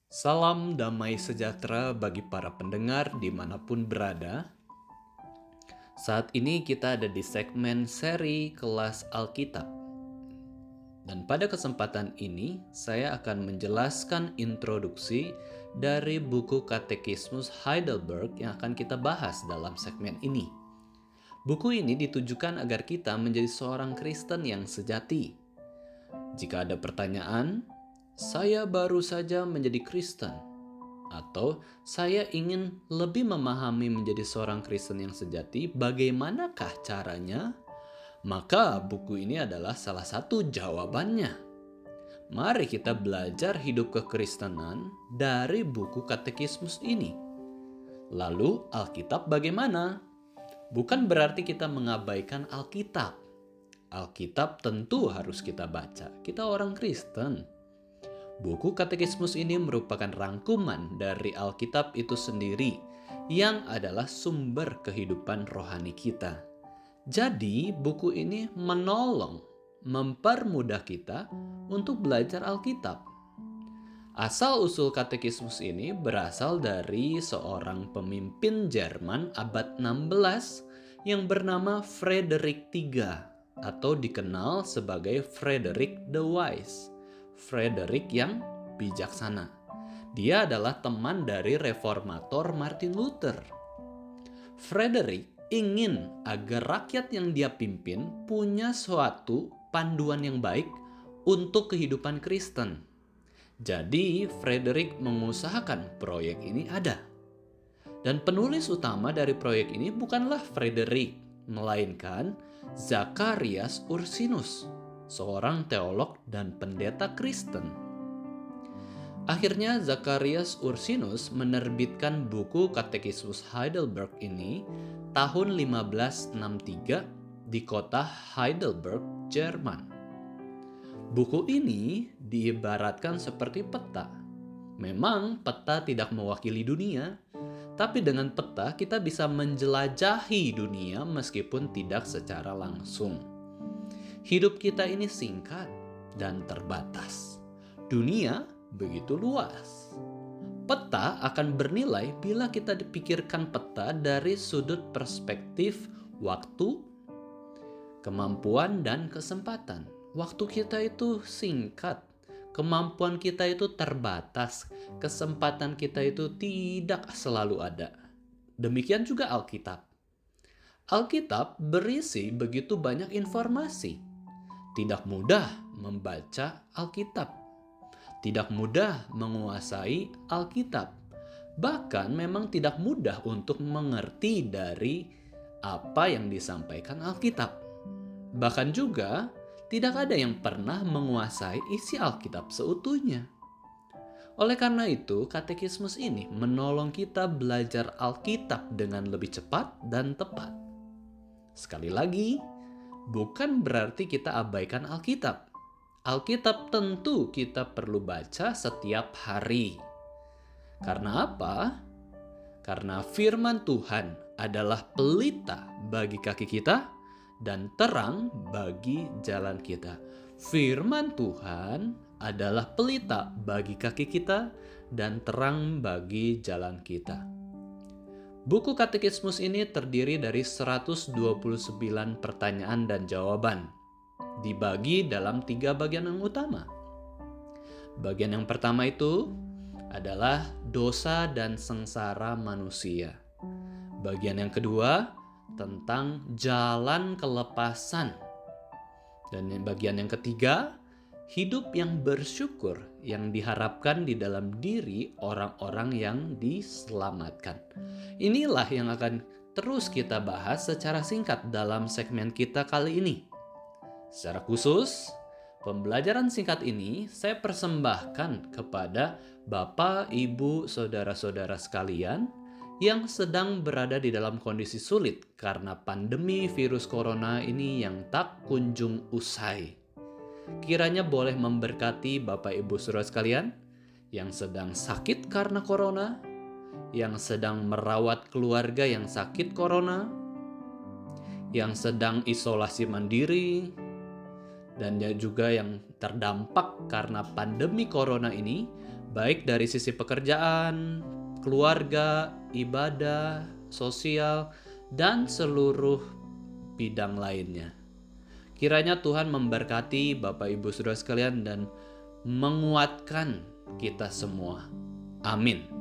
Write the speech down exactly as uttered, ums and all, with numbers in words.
Salam damai sejahtera bagi para pendengar dimanapun berada. Saat ini kita ada di segmen seri kelas Alkitab. Dan pada kesempatan ini saya akan menjelaskan introduksi dari buku Katekismus Heidelberg yang akan kita bahas dalam segmen ini. Buku ini ditujukan agar kita menjadi seorang Kristen yang sejati. Jika ada pertanyaan, saya baru saja menjadi Kristen, atau saya ingin lebih memahami menjadi seorang Kristen yang sejati, bagaimanakah caranya? Maka buku ini adalah salah satu jawabannya. Mari kita belajar hidup kekristenan dari buku Katekismus ini. Lalu Alkitab bagaimana? Bukan berarti kita mengabaikan Alkitab. Alkitab tentu harus kita baca. Kita orang Kristen. Buku Katekismus ini merupakan rangkuman dari Alkitab itu sendiri yang adalah sumber kehidupan rohani kita. Jadi buku ini menolong, mempermudah kita untuk belajar Alkitab. Asal-usul Katekismus ini berasal dari seorang pemimpin Jerman abad enam belas yang bernama Frederick ketiga atau dikenal sebagai Frederick the Wise. Frederick yang bijaksana. Dia adalah teman dari reformator Martin Luther. Frederick ingin agar rakyat yang dia pimpin punya suatu panduan yang baik untuk kehidupan Kristen. Jadi Frederick mengusahakan proyek ini ada. Dan penulis utama dari proyek ini bukanlah Frederick, melainkan Zacharias Ursinus, seorang teolog dan pendeta Kristen. Akhirnya Zacharias Ursinus menerbitkan buku Katekismus Heidelberg ini tahun lima belas enam puluh tiga di kota Heidelberg, Jerman. Buku ini diibaratkan seperti peta. Memang peta tidak mewakili dunia, tapi dengan peta kita bisa menjelajahi dunia meskipun tidak secara langsung. Hidup kita ini singkat dan terbatas. Dunia begitu luas. Peta akan bernilai bila kita dipikirkan peta dari sudut perspektif waktu, kemampuan, dan kesempatan. Waktu kita itu singkat, kemampuan kita itu terbatas, kesempatan kita itu tidak selalu ada. Demikian juga Alkitab. Alkitab berisi begitu banyak informasi. Tidak mudah membaca Alkitab. Tidak mudah menguasai Alkitab. Bahkan memang tidak mudah untuk mengerti dari apa yang disampaikan Alkitab. Bahkan juga tidak ada yang pernah menguasai isi Alkitab seutuhnya. Oleh karena itu, Katekismus ini menolong kita belajar Alkitab dengan lebih cepat dan tepat. Sekali lagi, bukan berarti kita abaikan Alkitab. Alkitab tentu kita perlu baca setiap hari. Karena apa? Karena firman Tuhan adalah pelita bagi kaki kita dan terang bagi jalan kita. Firman Tuhan adalah pelita bagi kaki kita dan terang bagi jalan kita. Buku Katekismus ini terdiri dari seratus dua puluh sembilan pertanyaan dan jawaban, dibagi dalam tiga bagian yang utama. Bagian yang pertama itu adalah dosa dan sengsara manusia. Bagian yang kedua tentang jalan kelepasan. Dan bagian yang ketiga, hidup yang bersyukur yang diharapkan di dalam diri orang-orang yang diselamatkan. Inilah yang akan terus kita bahas secara singkat dalam segmen kita kali ini. Secara khusus, pembelajaran singkat ini saya persembahkan kepada Bapak, Ibu, Saudara-saudara sekalian yang sedang berada di dalam kondisi sulit karena pandemi virus corona ini yang tak kunjung usai. Kiranya boleh memberkati Bapak, Ibu, Saudara sekalian yang sedang sakit karena corona, yang sedang merawat keluarga yang sakit corona, yang sedang isolasi mandiri, dan juga yang terdampak karena pandemi corona ini. baik dari sisi pekerjaan, keluarga, ibadah, sosial, dan seluruh bidang lainnya. Kiranya Tuhan memberkati Bapak Ibu Saudara sekalian dan menguatkan kita semua. Amin.